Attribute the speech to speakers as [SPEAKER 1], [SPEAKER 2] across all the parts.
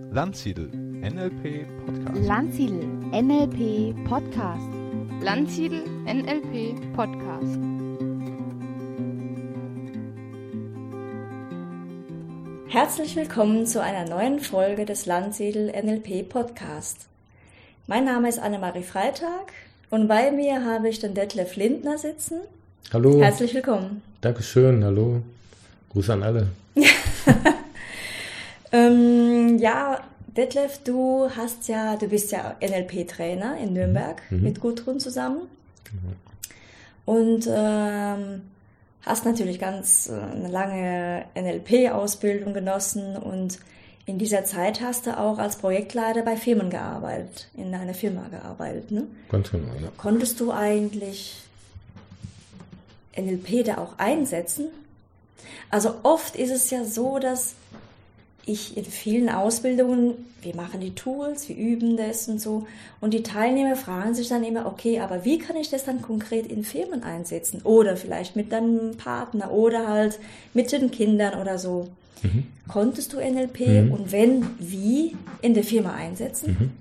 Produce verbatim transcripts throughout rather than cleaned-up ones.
[SPEAKER 1] Landsiedel N L P Podcast.
[SPEAKER 2] Landsiedel N L P Podcast.
[SPEAKER 3] Landsiedel N L P Podcast.
[SPEAKER 4] Herzlich willkommen zu einer neuen Folge des Landsiedel N L P Podcast. Mein Name ist Annemarie Freitag und bei mir habe ich den Detlef Lindner sitzen.
[SPEAKER 5] Hallo.
[SPEAKER 4] Herzlich willkommen.
[SPEAKER 5] Dankeschön, hallo. Gruß an alle.
[SPEAKER 4] ähm, ja, Detlef, du hast ja, du bist ja N L P-Trainer in Nürnberg mhm. mit Gudrun zusammen. Mhm. Und ähm, hast natürlich ganz äh, eine lange N L P-Ausbildung genossen und in dieser Zeit hast du auch als Projektleiter bei Firmen gearbeitet, in einer Firma gearbeitet, ne?
[SPEAKER 5] Ganz genau, ja.
[SPEAKER 4] Konntest du eigentlich N L P da auch einsetzen? Also oft ist es ja so, dass ich in vielen Ausbildungen, wir machen die Tools, wir üben das und so, und die Teilnehmer fragen sich dann immer, okay, aber wie kann ich das dann konkret in Firmen einsetzen? Oder vielleicht mit deinem Partner oder halt mit den Kindern oder so. Mhm. Konntest du N L P mhm. und wenn, wie in der Firma einsetzen?
[SPEAKER 5] Mhm.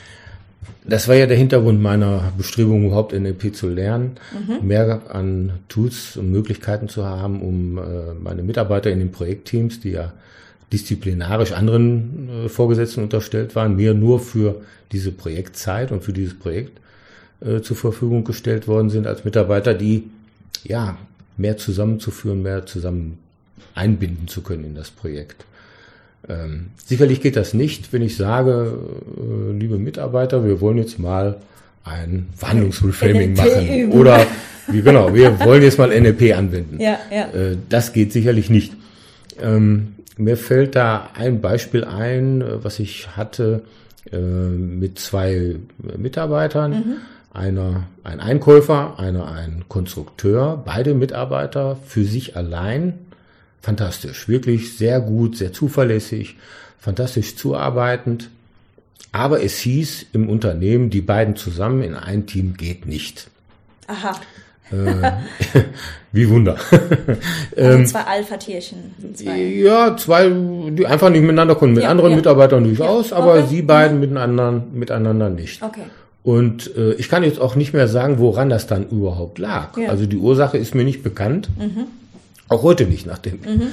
[SPEAKER 5] Das war ja der Hintergrund meiner Bestrebung, überhaupt N L P zu lernen, mhm. mehr an Tools und Möglichkeiten zu haben, um äh, meine Mitarbeiter in den Projektteams, die ja disziplinarisch anderen äh, Vorgesetzten unterstellt waren, mir nur für diese Projektzeit und für dieses Projekt äh, zur Verfügung gestellt worden sind als Mitarbeiter, die ja mehr zusammenzuführen, mehr zusammen einbinden zu können in das Projekt. Ähm, sicherlich geht das nicht, wenn ich sage, äh, liebe Mitarbeiter, wir wollen jetzt mal ein Verhandlungsreframing machen oder wie genau, wir wollen jetzt mal N L P anwenden.
[SPEAKER 4] Ja, ja.
[SPEAKER 5] Äh, das geht sicherlich nicht. Ähm, mir fällt da ein Beispiel ein, was ich hatte äh, mit zwei Mitarbeitern, mhm. einer ein Einkäufer, einer ein Konstrukteur, beide Mitarbeiter für sich allein. Fantastisch, wirklich sehr gut, sehr zuverlässig, fantastisch zuarbeitend. Aber es hieß im Unternehmen, die beiden zusammen in ein Team geht nicht.
[SPEAKER 4] Aha.
[SPEAKER 5] Äh, wie Wunder.
[SPEAKER 4] Also zwei Alpha-Tierchen. Zwei.
[SPEAKER 5] Ja, zwei, die einfach nicht miteinander konnten. Mit ja, anderen ja. Mitarbeitern durchaus, ja. aber okay. sie beiden mhm. miteinander, miteinander nicht.
[SPEAKER 4] Okay.
[SPEAKER 5] Und äh, ich kann jetzt auch nicht mehr sagen, woran das dann überhaupt lag. Ja. Also die Ursache ist mir nicht bekannt. Mhm. Auch heute nicht, nachdem, mhm.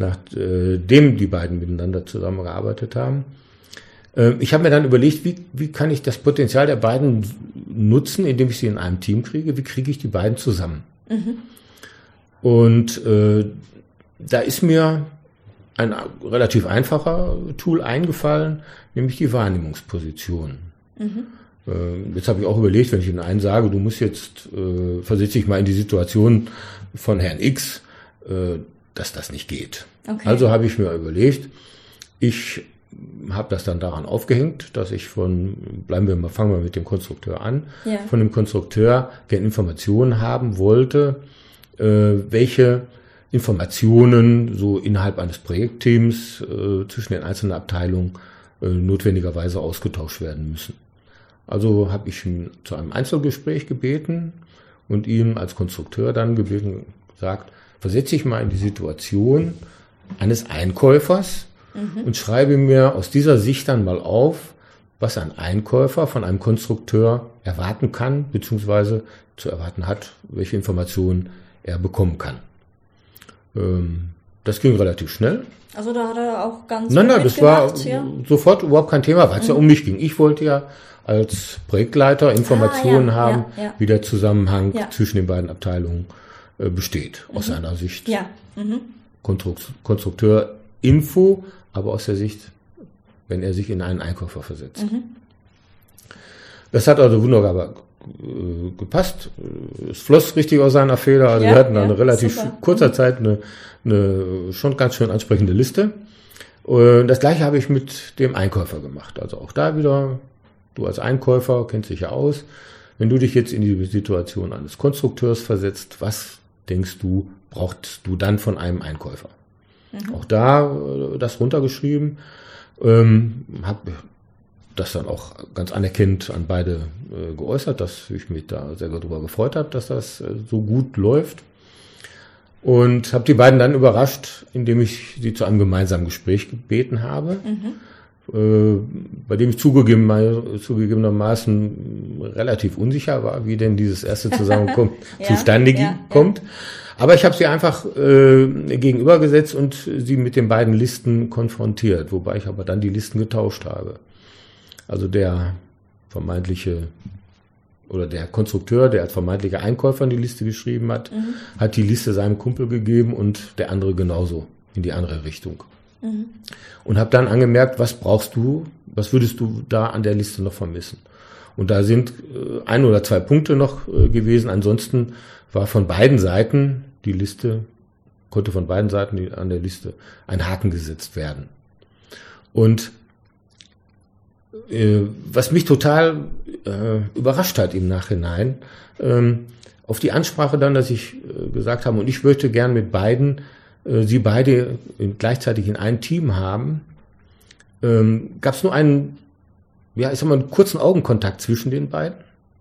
[SPEAKER 5] nachdem die beiden miteinander zusammengearbeitet haben. Äh, ich habe mir dann überlegt, wie, wie kann ich das Potenzial der beiden nutzen, indem ich sie in einem Team kriege? Wie kriege ich die beiden zusammen? Mhm. Und äh, da ist mir ein relativ einfacher Tool eingefallen, nämlich die Wahrnehmungsposition. Mhm. Äh, jetzt habe ich auch überlegt, wenn ich Ihnen einen sage, du musst jetzt, äh, versetze dich mal in die Situation von Herrn X, dass das nicht geht. Okay. Also habe ich mir überlegt, ich habe das dann daran aufgehängt, dass ich von, bleiben wir mal, fangen wir mit dem Konstrukteur an, ja. von dem Konstrukteur gerne Informationen haben wollte, äh, welche Informationen so innerhalb eines Projektteams äh, zwischen den einzelnen Abteilungen äh, notwendigerweise ausgetauscht werden müssen. Also habe ich ihn zu einem Einzelgespräch gebeten und ihm als Konstrukteur dann gebeten, gesagt, versetze ich mal in die Situation eines Einkäufers mhm. und schreibe mir aus dieser Sicht dann mal auf, was ein Einkäufer von einem Konstrukteur erwarten kann, beziehungsweise zu erwarten hat, welche Informationen er bekommen kann. Ähm, das ging relativ schnell.
[SPEAKER 4] Also da hat er auch ganz
[SPEAKER 5] Nein, nein, das war ja. sofort überhaupt kein Thema, weil es mhm. ja um mich ging. Ich wollte ja als Projektleiter Informationen ah, ja, haben, ja, ja. wie der Zusammenhang ja. zwischen den beiden Abteilungen besteht, aus mhm. seiner Sicht.
[SPEAKER 4] Ja. Mhm.
[SPEAKER 5] Konstrukteur Info, aber aus der Sicht, wenn er sich in einen Einkäufer versetzt. Mhm. Das hat also wunderbar äh, gepasst. Es floss richtig aus seiner Feder. Also ja, wir hatten ja, eine relativ super. kurzer mhm. Zeit eine, eine schon ganz schön ansprechende Liste. Und das gleiche habe ich mit dem Einkäufer gemacht. Also auch da wieder, du als Einkäufer kennst dich ja aus. Wenn du dich jetzt in die Situation eines Konstrukteurs versetzt, was denkst du, brauchst du dann von einem Einkäufer? Mhm. Auch da äh, das runtergeschrieben, ähm, habe das dann auch ganz anerkennend an beide äh, geäußert, dass ich mich da sehr darüber gefreut habe, dass das äh, so gut läuft. Und habe die beiden dann überrascht, indem ich sie zu einem gemeinsamen Gespräch gebeten habe. Mhm. äh, bei dem ich zugegeben, zugegebenermaßen relativ unsicher war, wie denn dieses erste Zusammenkommen ja, zustande ja, kommt. Ja. Aber ich habe sie einfach äh, gegenübergesetzt und sie mit den beiden Listen konfrontiert, wobei ich aber dann die Listen getauscht habe. Also der vermeintliche oder der Konstrukteur, der als vermeintlicher Einkäufer die Liste geschrieben hat, mhm. hat die Liste seinem Kumpel gegeben und der andere genauso in die andere Richtung. Mhm. Und habe dann angemerkt, was brauchst du, was würdest du da an der Liste noch vermissen? Und da sind äh, ein oder zwei Punkte noch äh, gewesen. Ansonsten war von beiden Seiten die Liste, konnte von beiden Seiten die, an der Liste ein Haken gesetzt werden. Und äh, was mich total äh, überrascht hat im Nachhinein, ähm, auf die Ansprache dann, dass ich äh, gesagt habe, und ich möchte gern mit beiden, äh, sie beide in, gleichzeitig in ein Team haben, ähm, gab es nur einen, ja, ich sag mal, einen kurzen Augenkontakt zwischen den beiden.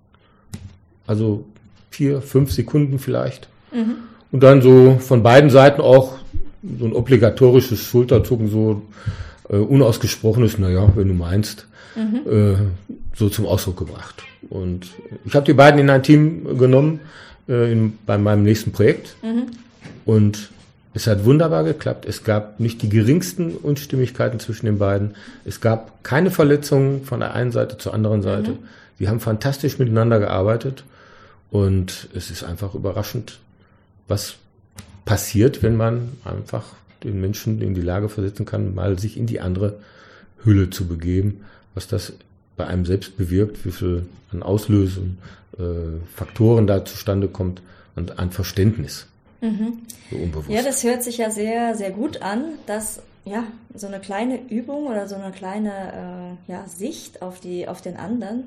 [SPEAKER 5] Also vier, fünf Sekunden vielleicht. Mhm. Und dann so von beiden Seiten auch so ein obligatorisches Schulterzucken, so äh, unausgesprochenes, naja, wenn du meinst, mhm. äh, so zum Ausdruck gebracht. Und ich habe die beiden in ein Team genommen äh, in, bei meinem nächsten Projekt. Mhm. Und es hat wunderbar geklappt. Es gab nicht die geringsten Unstimmigkeiten zwischen den beiden. Es gab keine Verletzungen von der einen Seite zur anderen Seite. Mhm. Sie haben fantastisch miteinander gearbeitet. Und es ist einfach überraschend, was passiert, wenn man einfach den Menschen in die Lage versetzen kann, mal sich in die andere Hülle zu begeben, was das bei einem selbst bewirkt, wie viel an Auslösen, äh, Faktoren da zustande kommt und an Verständnis. Mhm. So unbewusst.
[SPEAKER 4] Ja, das hört sich ja sehr, sehr gut an, dass ja so eine kleine Übung oder so eine kleine äh, ja, Sicht auf die, auf den anderen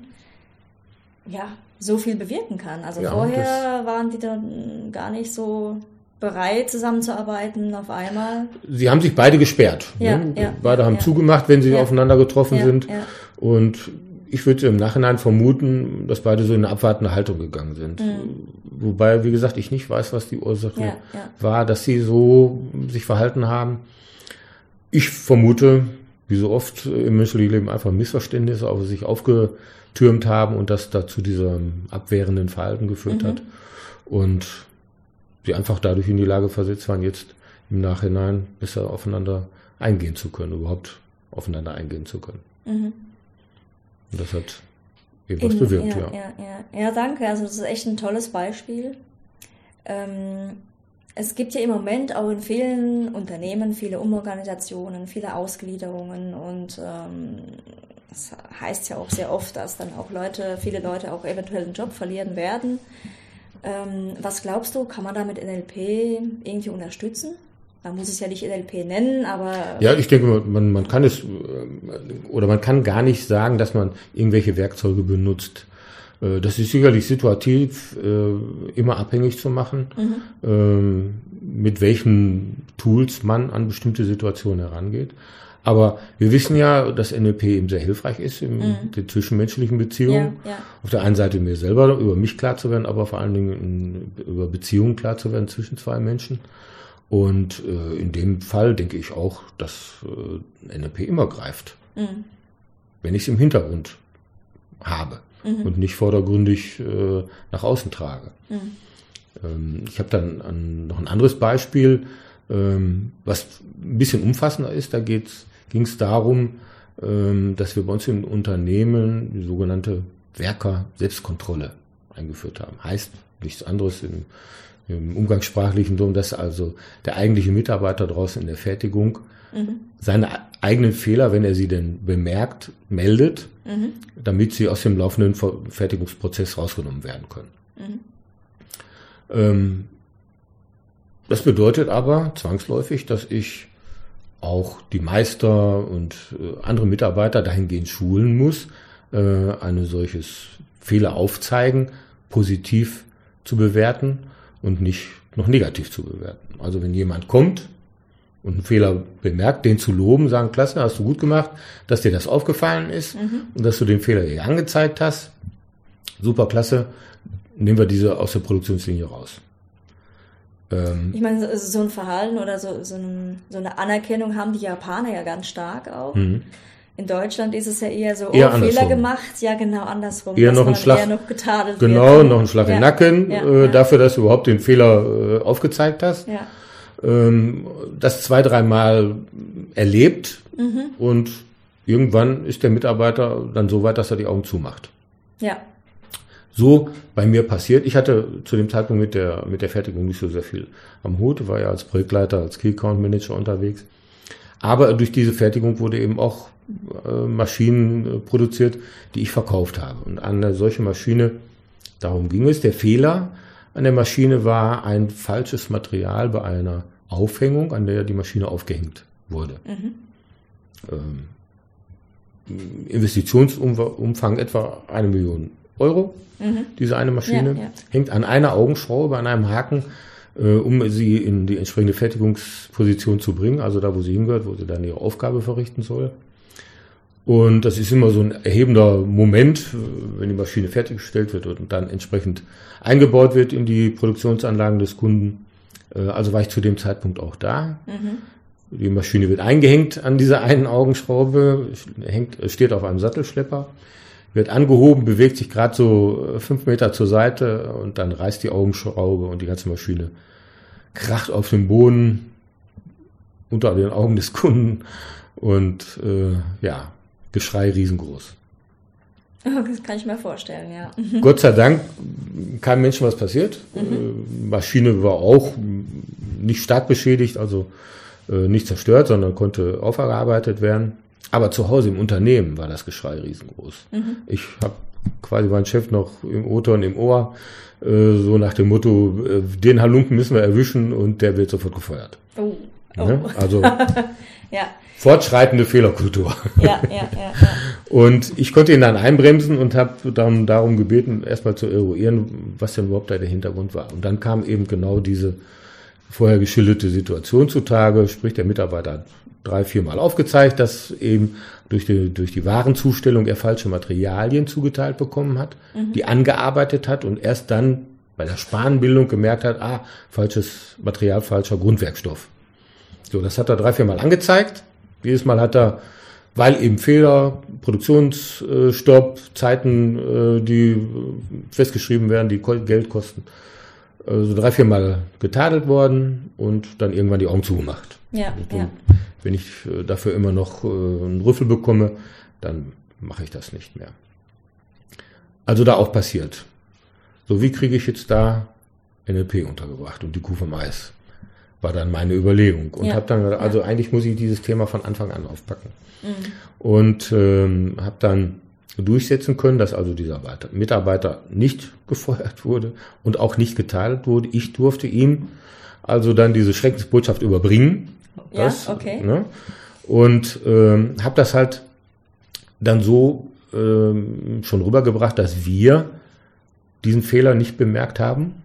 [SPEAKER 4] ja so viel bewirken kann. Also ja, vorher waren die dann gar nicht so bereit, zusammenzuarbeiten auf einmal.
[SPEAKER 5] Sie haben sich beide gesperrt.
[SPEAKER 4] Ja,
[SPEAKER 5] ne?
[SPEAKER 4] ja,
[SPEAKER 5] beide haben
[SPEAKER 4] ja.
[SPEAKER 5] zugemacht, wenn sie
[SPEAKER 4] ja.
[SPEAKER 5] aufeinander getroffen
[SPEAKER 4] ja,
[SPEAKER 5] sind.
[SPEAKER 4] Ja.
[SPEAKER 5] Und ich würde im Nachhinein vermuten, dass beide so in eine abwartende Haltung gegangen sind. Mhm. Wobei, wie gesagt, ich nicht weiß, was die Ursache
[SPEAKER 4] ja, ja.
[SPEAKER 5] war, dass sie so sich verhalten haben. Ich vermute, wie so oft im menschlichen Leben, einfach Missverständnisse auf sich aufgetürmt haben und das dazu diesem abwehrenden Verhalten geführt mhm. hat. Und sie einfach dadurch in die Lage versetzt waren, jetzt im Nachhinein besser aufeinander eingehen zu können, überhaupt aufeinander eingehen zu können. Mhm. Und das hat eben was bewirkt, ja.
[SPEAKER 4] Ja, ja, ja. ja, danke. Also das ist echt ein tolles Beispiel. Ähm, es gibt ja im Moment auch in vielen Unternehmen viele Umorganisationen, viele Ausgliederungen und ähm, das heißt ja auch sehr oft, dass dann auch Leute, viele Leute auch eventuell einen Job verlieren werden. Ähm, was glaubst du, kann man da mit N L P irgendwie unterstützen? Man muss es ja nicht N L P nennen, aber...
[SPEAKER 5] Ja, ich denke, man, man kann es, oder man kann gar nicht sagen, dass man irgendwelche Werkzeuge benutzt. Das ist sicherlich situativ immer abhängig zu machen, mhm. mit welchen Tools man an bestimmte Situationen herangeht. Aber wir wissen ja, dass N L P eben sehr hilfreich ist in mhm. den zwischenmenschlichen Beziehungen. Ja, ja. Auf der einen Seite mir selber, über mich klar zu werden, aber vor allen Dingen in, über Beziehungen klar zu werden zwischen zwei Menschen. Und äh, in dem Fall denke ich auch, dass äh, N L P immer greift, mhm. wenn ich es im Hintergrund habe mhm. und nicht vordergründig äh, nach außen trage. Mhm. Ähm, ich habe dann an, noch ein anderes Beispiel, ähm, was ein bisschen umfassender ist. Da ging es darum, ähm, dass wir bei uns im Unternehmen die sogenannte Werker-Selbstkontrolle eingeführt haben. Heißt nichts anderes in im umgangssprachlichen so, dass also der eigentliche Mitarbeiter draußen in der Fertigung mhm. seine eigenen Fehler, wenn er sie denn bemerkt, meldet, mhm. damit sie aus dem laufenden Fertigungsprozess rausgenommen werden können. Mhm. Ähm, das bedeutet aber zwangsläufig, dass ich auch die Meister und äh, andere Mitarbeiter dahingehend schulen muss, äh, eine solches Fehler aufzeigen, positiv zu bewerten und nicht noch negativ zu bewerten. Also wenn jemand kommt und einen Fehler bemerkt, den zu loben, sagen, klasse, hast du gut gemacht, dass dir das aufgefallen ist mhm. und dass du den Fehler hier angezeigt hast, super, klasse, nehmen wir diese aus der Produktionslinie raus.
[SPEAKER 4] Ähm, ich meine, so ein Verhalten oder so, so, ein, so eine Anerkennung haben die Japaner ja ganz stark auch. Mhm. In Deutschland ist es ja eher so,
[SPEAKER 5] eher
[SPEAKER 4] oh, Fehler gemacht, ja genau andersrum.
[SPEAKER 5] Eher noch ein Schlag,
[SPEAKER 4] eher noch getadelt
[SPEAKER 5] genau,
[SPEAKER 4] wird.
[SPEAKER 5] noch ein Schlag
[SPEAKER 4] ja.
[SPEAKER 5] im Nacken,
[SPEAKER 4] ja,
[SPEAKER 5] äh,
[SPEAKER 4] ja.
[SPEAKER 5] dafür, dass du überhaupt den Fehler äh, aufgezeigt hast.
[SPEAKER 4] Ja.
[SPEAKER 5] Ähm, das zwei, dreimal erlebt mhm. und irgendwann ist der Mitarbeiter dann so weit, dass er die Augen zumacht.
[SPEAKER 4] Ja.
[SPEAKER 5] So bei mir passiert. Ich hatte zu dem Zeitpunkt mit der mit der Fertigung nicht so sehr viel am Hut, war ja als Projektleiter, als Key Account Manager unterwegs. Aber durch diese Fertigung wurde eben auch äh, Maschinen äh, produziert, die ich verkauft habe. Und an eine solche Maschine, darum ging es. Der Fehler an der Maschine war ein falsches Material bei einer Aufhängung, an der die Maschine aufgehängt wurde. Mhm. Ähm, Investitionsumfang etwa eine Million Euro. Mhm. Diese eine Maschine ja, ja. hängt an einer Augenschraube, an einem Haken, äh, um sie in die entsprechende Fertigungsposition zu bringen, also da, wo sie hingehört, wo sie dann ihre Aufgabe verrichten soll. Und das ist immer so ein erhebender Moment, wenn die Maschine fertiggestellt wird und dann entsprechend eingebaut wird in die Produktionsanlagen des Kunden. Äh, also war ich zu dem Zeitpunkt auch da. Mhm. Die Maschine wird eingehängt an dieser einen Augenschraube, hängt, steht auf einem Sattelschlepper, wird angehoben, bewegt sich gerade so fünf Meter zur Seite und dann reißt die Augenschraube und die ganze Maschine kracht auf den Boden unter den Augen des Kunden und äh, ja, Geschrei riesengroß.
[SPEAKER 4] Das kann ich mir vorstellen, ja.
[SPEAKER 5] Gott sei Dank keinem Menschen was passiert. Mhm. Maschine war auch nicht stark beschädigt, also äh, nicht zerstört, sondern konnte aufgearbeitet werden. Aber zu Hause im Unternehmen war das Geschrei riesengroß. Mhm. Ich habe quasi meinen Chef noch im O-Ton im Ohr, äh, so nach dem Motto, äh, den Halunken müssen wir erwischen und der wird sofort gefeuert. Oh. Oh. Ne? Also ja. Fortschreitende Fehlerkultur. Ja, ja, ja, ja. Und ich konnte ihn dann einbremsen und habe dann darum gebeten, erstmal zu eruieren, was denn überhaupt da der Hintergrund war. Und dann kam eben genau diese vorher geschilderte Situation zutage, sprich der Mitarbeiter hat drei, viermal aufgezeigt, dass eben durch die, durch die Warenzustellung er falsche Materialien zugeteilt bekommen hat, mhm. die angearbeitet hat und erst dann bei der Spanbildung gemerkt hat, ah, falsches Material, falscher Grundwerkstoff. So, das hat er drei, viermal angezeigt. Jedes Mal hat er, weil eben Fehler, Produktionsstopp, Zeiten, die festgeschrieben werden, die Geld kosten, so drei, viermal getadelt worden und dann irgendwann die Augen zugemacht. Ja, und ja. Wenn ich dafür immer noch einen Rüffel bekomme, dann mache ich das nicht mehr. Also da auch passiert. So, wie kriege ich jetzt da N L P untergebracht und die Kuh vom Eis? War dann meine Überlegung. Und ja, habe dann gesagt, also ja. eigentlich muss ich dieses Thema von Anfang an aufpacken. Mhm. Und ähm, habe dann durchsetzen können, dass also dieser Mitarbeiter nicht gefeuert wurde und auch nicht geteilt wurde. Ich durfte ihm also dann diese Schreckensbotschaft überbringen.
[SPEAKER 4] Ja, das, okay.
[SPEAKER 5] Ne? Und ähm, habe das halt dann so ähm, schon rübergebracht, dass wir diesen Fehler nicht bemerkt haben.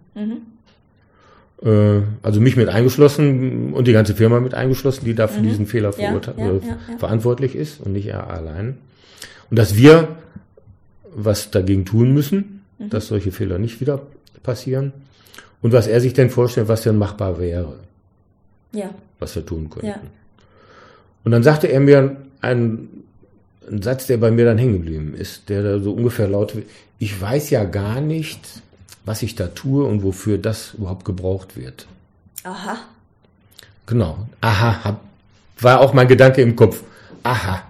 [SPEAKER 5] Mhm. Äh, also mich mit eingeschlossen und die ganze Firma mit eingeschlossen, die da für mhm. diesen Fehler
[SPEAKER 4] ja,
[SPEAKER 5] verurte-
[SPEAKER 4] ja,
[SPEAKER 5] äh,
[SPEAKER 4] ja, ja.
[SPEAKER 5] verantwortlich ist und nicht er allein. Und dass wir was dagegen tun müssen, mhm. dass solche Fehler nicht wieder passieren. Und was er sich denn vorstellt, was denn machbar wäre. Ja. Was wir tun könnten. Ja. Und dann sagte er mir einen, einen Satz, der bei mir dann hängen geblieben ist, der da so ungefähr lautet, ich weiß ja gar nicht, was ich da tue und wofür das überhaupt gebraucht wird.
[SPEAKER 4] Aha.
[SPEAKER 5] Genau. Aha. Hab, war auch mein Gedanke im Kopf. Aha.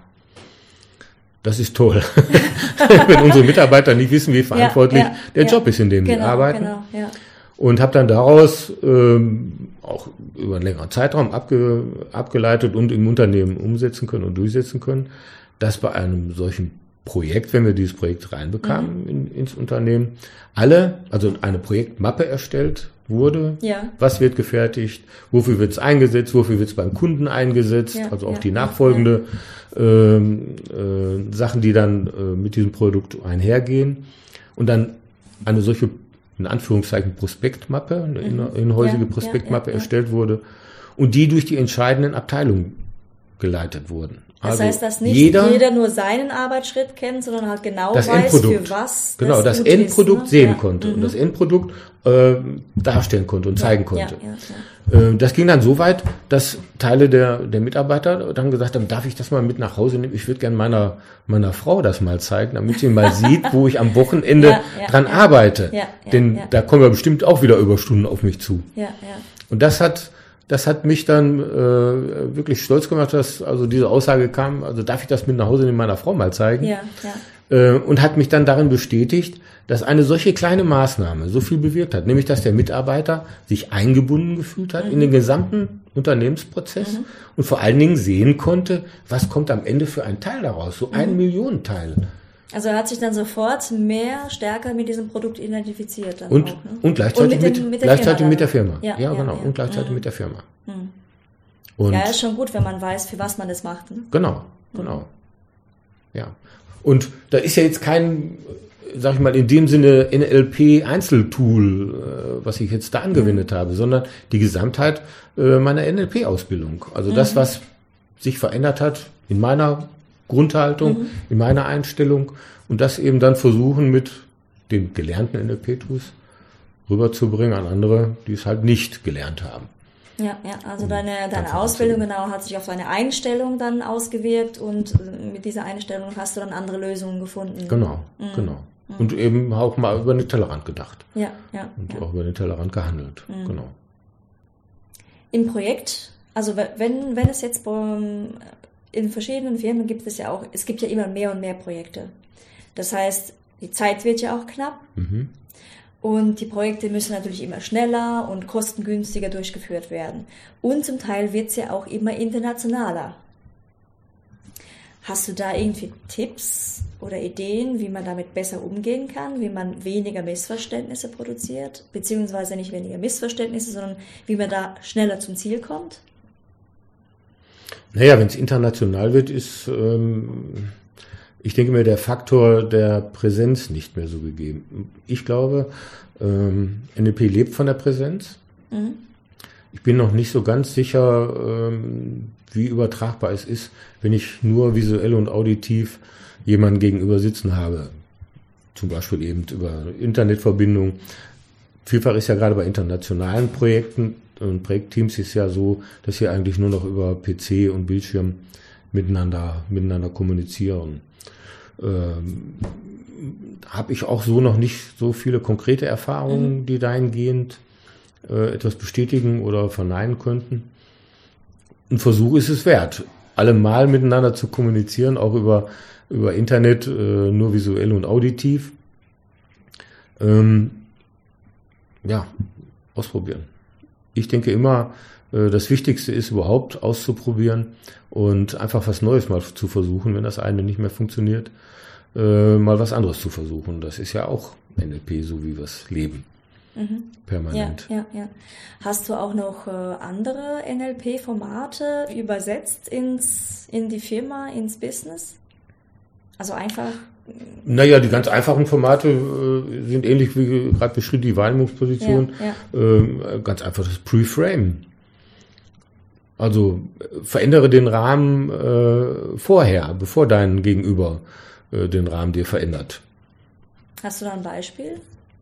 [SPEAKER 5] Das ist toll. Wenn unsere Mitarbeiter nicht wissen, wie verantwortlich ja, ja, der ja. Job ist, in dem genau, sie arbeiten. Genau, ja. Und habe dann daraus ähm, auch über einen längeren Zeitraum abge, abgeleitet und im Unternehmen umsetzen können und durchsetzen können, dass bei einem solchen Projekt, wenn wir dieses Projekt reinbekamen mhm. in, ins Unternehmen, alle, also eine Projektmappe erstellt wurde, ja. was wird gefertigt, wofür wird es eingesetzt, wofür wird es beim Kunden eingesetzt, ja, also auch ja, die nachfolgende ja. ähm, äh, Sachen, die dann äh, mit diesem Produkt einhergehen und dann eine solche in Anführungszeichen Prospektmappe, eine mhm. inhäusige ja, Prospektmappe ja, ja, erstellt ja. wurde und die durch die entscheidenden Abteilungen geleitet wurden.
[SPEAKER 4] Das
[SPEAKER 5] also
[SPEAKER 4] heißt, dass nicht
[SPEAKER 5] jeder,
[SPEAKER 4] jeder nur seinen Arbeitsschritt kennt, sondern halt genau
[SPEAKER 5] das
[SPEAKER 4] weiß,
[SPEAKER 5] Endprodukt,
[SPEAKER 4] für was
[SPEAKER 5] genau, das,
[SPEAKER 4] das
[SPEAKER 5] Endprodukt
[SPEAKER 4] ist, ne?
[SPEAKER 5] sehen
[SPEAKER 4] ja.
[SPEAKER 5] konnte
[SPEAKER 4] mhm.
[SPEAKER 5] und das Endprodukt äh, darstellen konnte und
[SPEAKER 4] ja,
[SPEAKER 5] zeigen konnte.
[SPEAKER 4] Ja, ja,
[SPEAKER 5] Das ging dann so weit, dass Teile der, der Mitarbeiter dann gesagt haben, darf ich das mal mit nach Hause nehmen? Ich würde gerne meiner, meiner Frau das mal zeigen, damit sie mal sieht, wo ich am Wochenende ja, ja, dran ja. arbeite. Ja, ja, Denn ja. da kommen ja bestimmt auch wieder Überstunden auf mich zu. Ja, ja. Und das hat, das hat mich dann äh, wirklich stolz gemacht, dass also diese Aussage kam, also darf ich das mit nach Hause nehmen, meiner Frau mal zeigen? Ja, ja. Äh, und hat mich dann darin bestätigt, dass eine solche kleine Maßnahme so viel bewirkt hat, nämlich dass der Mitarbeiter sich eingebunden gefühlt hat mhm. in den gesamten Unternehmensprozess mhm. und vor allen Dingen sehen konnte, was kommt am Ende für ein Teil daraus, so mhm. ein Millionenteil.
[SPEAKER 4] Also er hat sich dann sofort mehr stärker mit diesem Produkt identifiziert. Dann
[SPEAKER 5] und,
[SPEAKER 4] auch, ne?
[SPEAKER 5] und gleichzeitig, und mit, dem, mit, der gleichzeitig Firma mit der Firma. Ja, ja, ja genau, ja. und gleichzeitig mhm. mit der Firma.
[SPEAKER 4] Mhm. Und ja, ist schon gut, wenn man weiß, für was man das macht. Ne?
[SPEAKER 5] Genau, genau. Mhm. Ja. Und da ist ja jetzt kein, sag ich mal, in dem Sinne N L P-Einzeltool, was ich jetzt da angewendet mhm. habe, sondern die Gesamtheit meiner N L P-Ausbildung. Also mhm. das, was sich verändert hat in meiner Grundhaltung, mhm. in meiner Einstellung und das eben dann versuchen mit den gelernten N L P-Tools rüberzubringen an andere, die es halt nicht gelernt haben.
[SPEAKER 4] Ja, ja, also deine, deine Ausbildung genau hat sich auf deine Einstellung dann ausgewirkt und mit dieser Einstellung hast du dann andere Lösungen gefunden.
[SPEAKER 5] Genau, mhm. genau. Mhm. Und eben auch mal über den Tellerrand gedacht.
[SPEAKER 4] Ja, ja.
[SPEAKER 5] Und
[SPEAKER 4] ja.
[SPEAKER 5] auch über den Tellerrand gehandelt, mhm. genau.
[SPEAKER 4] Im Projekt, also wenn, wenn es jetzt in verschiedenen Firmen gibt es ja auch, es gibt ja immer mehr und mehr Projekte. Das heißt, die Zeit wird ja auch knapp. Mhm. Und die Projekte müssen natürlich immer schneller und kostengünstiger durchgeführt werden. Und zum Teil wird es ja auch immer internationaler. Hast du da irgendwie Tipps oder Ideen, wie man damit besser umgehen kann, wie man weniger Missverständnisse produziert? Beziehungsweise nicht weniger Missverständnisse, sondern wie man da schneller zum Ziel kommt?
[SPEAKER 5] Naja, wenn es international wird, ist... Ähm Ich denke mir, der Faktor der Präsenz nicht mehr so gegeben. Ich glaube, ähm, N L P lebt von der Präsenz. Mhm. Ich bin noch nicht so ganz sicher, ähm, wie übertragbar es ist, wenn ich nur visuell und auditiv jemanden gegenüber sitzen habe. Zum Beispiel eben über Internetverbindung. Vielfach ist ja gerade bei internationalen Projekten und Projektteams ist ja so, dass sie eigentlich nur noch über P C und Bildschirm miteinander, miteinander kommunizieren. Ähm, habe ich auch so noch nicht so viele konkrete Erfahrungen, mhm. die dahingehend äh, etwas bestätigen oder verneinen könnten. Ein Versuch ist es wert, allemal miteinander zu kommunizieren, auch über, über Internet, äh, nur visuell und auditiv. Ähm, ja, ausprobieren. Ich denke immer, äh, das Wichtigste ist überhaupt auszuprobieren und einfach was Neues mal zu versuchen, wenn das eine nicht mehr funktioniert, äh, mal was anderes zu versuchen. Das ist ja auch N L P, so wie wir es leben. Mhm. Permanent.
[SPEAKER 4] Ja, ja, ja. Hast du auch noch äh, andere N L P-Formate übersetzt ins, in die Firma, ins Business? Also einfach...
[SPEAKER 5] Naja, die ganz einfachen Formate äh, sind ähnlich wie gerade beschrieben, die Wahrnehmungsposition. Ja, ja. Äh, ganz einfach das Pre-Frame. Also verändere den Rahmen äh, vorher, bevor dein Gegenüber äh, den Rahmen dir verändert.
[SPEAKER 4] Hast du da ein Beispiel?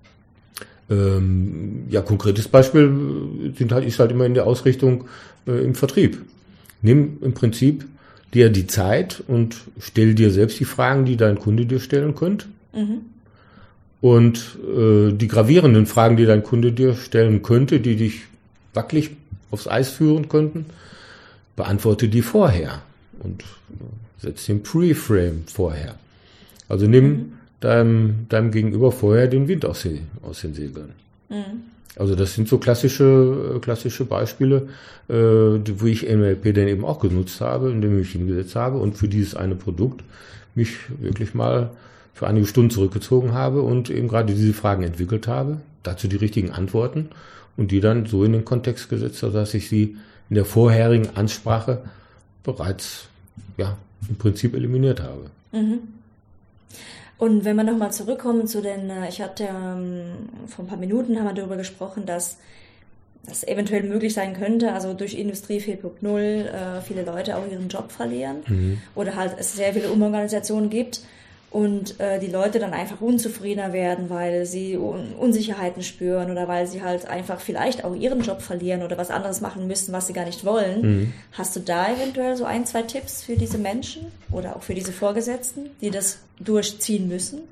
[SPEAKER 5] Ähm, ja, konkretes Beispiel sind halt, ist halt immer in der Ausrichtung äh, im Vertrieb. Nimm im Prinzip dir die Zeit und stell dir selbst die Fragen, die dein Kunde dir stellen könnte. Mhm. Und äh, die gravierenden Fragen, die dein Kunde dir stellen könnte, die dich wackelig aufs Eis führen könnten, beantworte die vorher und setz den Pre-Frame vorher. Also nimm mhm. deinem, deinem Gegenüber vorher den Wind aus den, aus den Segeln. Mhm. Also das sind so klassische, klassische Beispiele, äh, wo ich N L P dann eben auch genutzt habe, indem ich mich hingesetzt habe und für dieses eine Produkt mich wirklich mal für einige Stunden zurückgezogen habe und eben gerade diese Fragen entwickelt habe, dazu die richtigen Antworten und die dann so in den Kontext gesetzt habe, dass ich sie in der vorherigen Ansprache bereits ja im Prinzip eliminiert habe.
[SPEAKER 4] Mhm. Und wenn wir nochmal zurückkommen zu den, ich hatte ähm, vor ein paar Minuten haben wir darüber gesprochen, dass das eventuell möglich sein könnte, also durch Industrie vier Punkt null äh, viele Leute auch ihren Job verlieren mhm. oder halt es sehr viele Umorganisationen gibt und äh, die Leute dann einfach unzufriedener werden, weil sie Un- Unsicherheiten spüren oder weil sie halt einfach vielleicht auch ihren Job verlieren oder was anderes machen müssen, was sie gar nicht wollen. Mhm. Hast du da eventuell so ein, zwei Tipps für diese Menschen oder auch für diese Vorgesetzten, die das durchziehen müssen?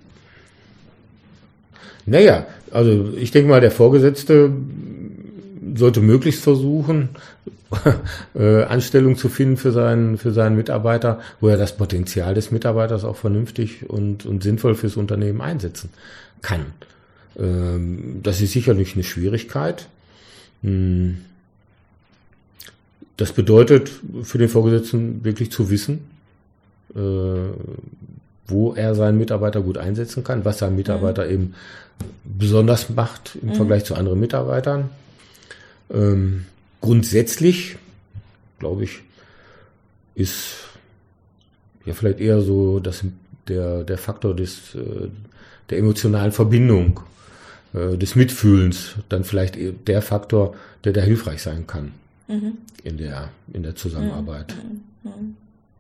[SPEAKER 5] Naja, also ich denke mal, der Vorgesetzte sollte möglichst versuchen, äh, Anstellung zu finden für seinen, für seinen Mitarbeiter, wo er das Potenzial des Mitarbeiters auch vernünftig und, und sinnvoll fürs Unternehmen einsetzen kann. Ähm, das ist sicherlich eine Schwierigkeit. Hm. Das bedeutet für den Vorgesetzten wirklich zu wissen, äh, wo er seinen Mitarbeiter gut einsetzen kann, was sein Mitarbeiter mhm. eben besonders macht im mhm. Vergleich zu anderen Mitarbeitern. Ähm, grundsätzlich, glaube ich, ist ja vielleicht eher so dass der, der Faktor des, äh, der emotionalen Verbindung, äh, des Mitfühlens, dann vielleicht der Faktor, der da hilfreich sein kann mhm. in der, in der Zusammenarbeit.
[SPEAKER 4] Mhm. Mhm.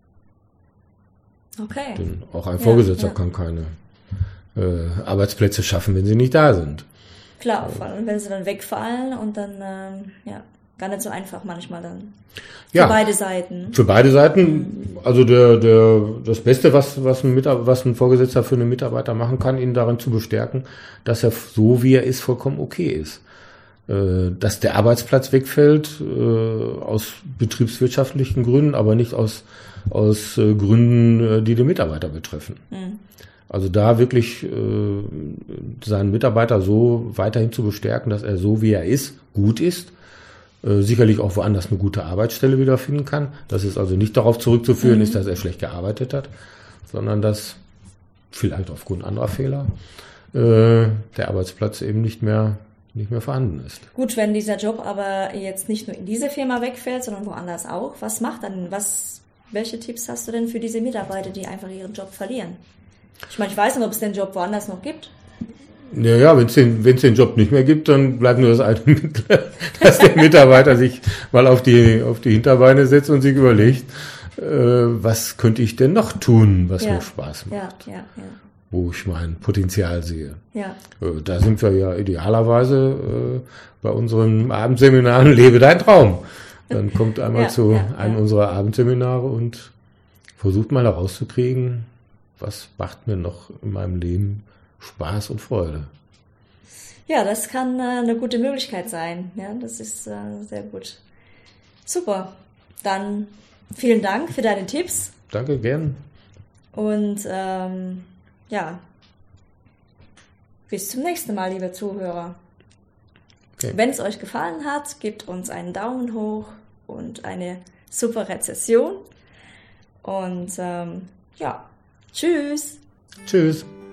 [SPEAKER 4] Okay.
[SPEAKER 5] Denn auch ein Vorgesetzter ja, ja. kann keine äh, Arbeitsplätze schaffen, wenn sie nicht da sind.
[SPEAKER 4] Klar, vor allem wenn sie dann wegfallen und dann, ähm, ja, gar nicht so einfach manchmal dann. Für
[SPEAKER 5] ja,
[SPEAKER 4] beide Seiten.
[SPEAKER 5] Für beide Seiten. Also der, der, das Beste, was, was ein Mitarbeiter, was ein Vorgesetzter für einen Mitarbeiter machen kann, ihn darin zu bestärken, dass er so, wie er ist, vollkommen okay ist. Äh, dass der Arbeitsplatz wegfällt, äh, aus betriebswirtschaftlichen Gründen, aber nicht aus, aus äh, Gründen, äh, die den Mitarbeiter betreffen. Mhm. Also da wirklich äh, seinen Mitarbeiter so weiterhin zu bestärken, dass er so, wie er ist, gut ist, äh, sicherlich auch woanders eine gute Arbeitsstelle wiederfinden kann. Das ist also nicht darauf zurückzuführen, mhm. ist, dass er schlecht gearbeitet hat, sondern dass vielleicht aufgrund anderer Fehler äh, der Arbeitsplatz eben nicht mehr nicht mehr vorhanden ist.
[SPEAKER 4] Gut, wenn dieser Job aber jetzt nicht nur in dieser Firma wegfällt, sondern woanders auch, was macht dann, was, welche Tipps hast du denn für diese Mitarbeiter, die einfach ihren Job verlieren? Ich meine, ich weiß nicht, ob es den Job woanders noch gibt.
[SPEAKER 5] Ja, ja, wenn es den, wenn es den Job nicht mehr gibt, dann bleibt nur das alte Mittel, dass der Mitarbeiter sich mal auf die, auf die Hinterbeine setzt und sich überlegt, äh, was könnte ich denn noch tun, was
[SPEAKER 4] ja.
[SPEAKER 5] mir Spaß macht.
[SPEAKER 4] Ja, ja, ja.
[SPEAKER 5] Wo ich mein Potenzial sehe.
[SPEAKER 4] Ja.
[SPEAKER 5] Äh, da sind wir ja idealerweise äh, bei unseren Abendseminaren Lebe dein Traum. Dann kommt einmal ja, zu ja, einem ja. unserer Abendseminare und versucht mal herauszukriegen, was macht mir noch in meinem Leben Spaß und Freude.
[SPEAKER 4] Ja, das kann äh, eine gute Möglichkeit sein. Ja, das ist äh, sehr gut. Super. Dann vielen Dank für deine Tipps.
[SPEAKER 5] Danke, gern.
[SPEAKER 4] Und ähm, ja, bis zum nächsten Mal, liebe Zuhörer. Okay. Wenn es euch gefallen hat, gebt uns einen Daumen hoch und eine super Rezession. Und ähm, ja, tschüss.
[SPEAKER 5] Tschüss.